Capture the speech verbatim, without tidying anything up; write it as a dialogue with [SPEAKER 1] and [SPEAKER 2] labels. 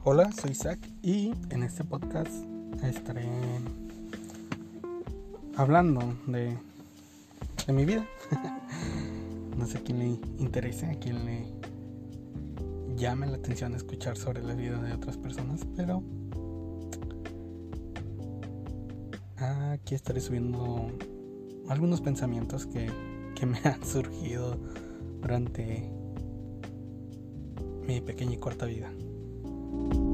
[SPEAKER 1] Hola, soy Isaac y en este podcast estaré hablando de, de mi vida. No sé a quién le interese, a quién le llame la atención escuchar sobre la vida de otras personas, pero aquí estaré subiendo algunos pensamientos que, que me han surgido durante mi pequeña y corta vida.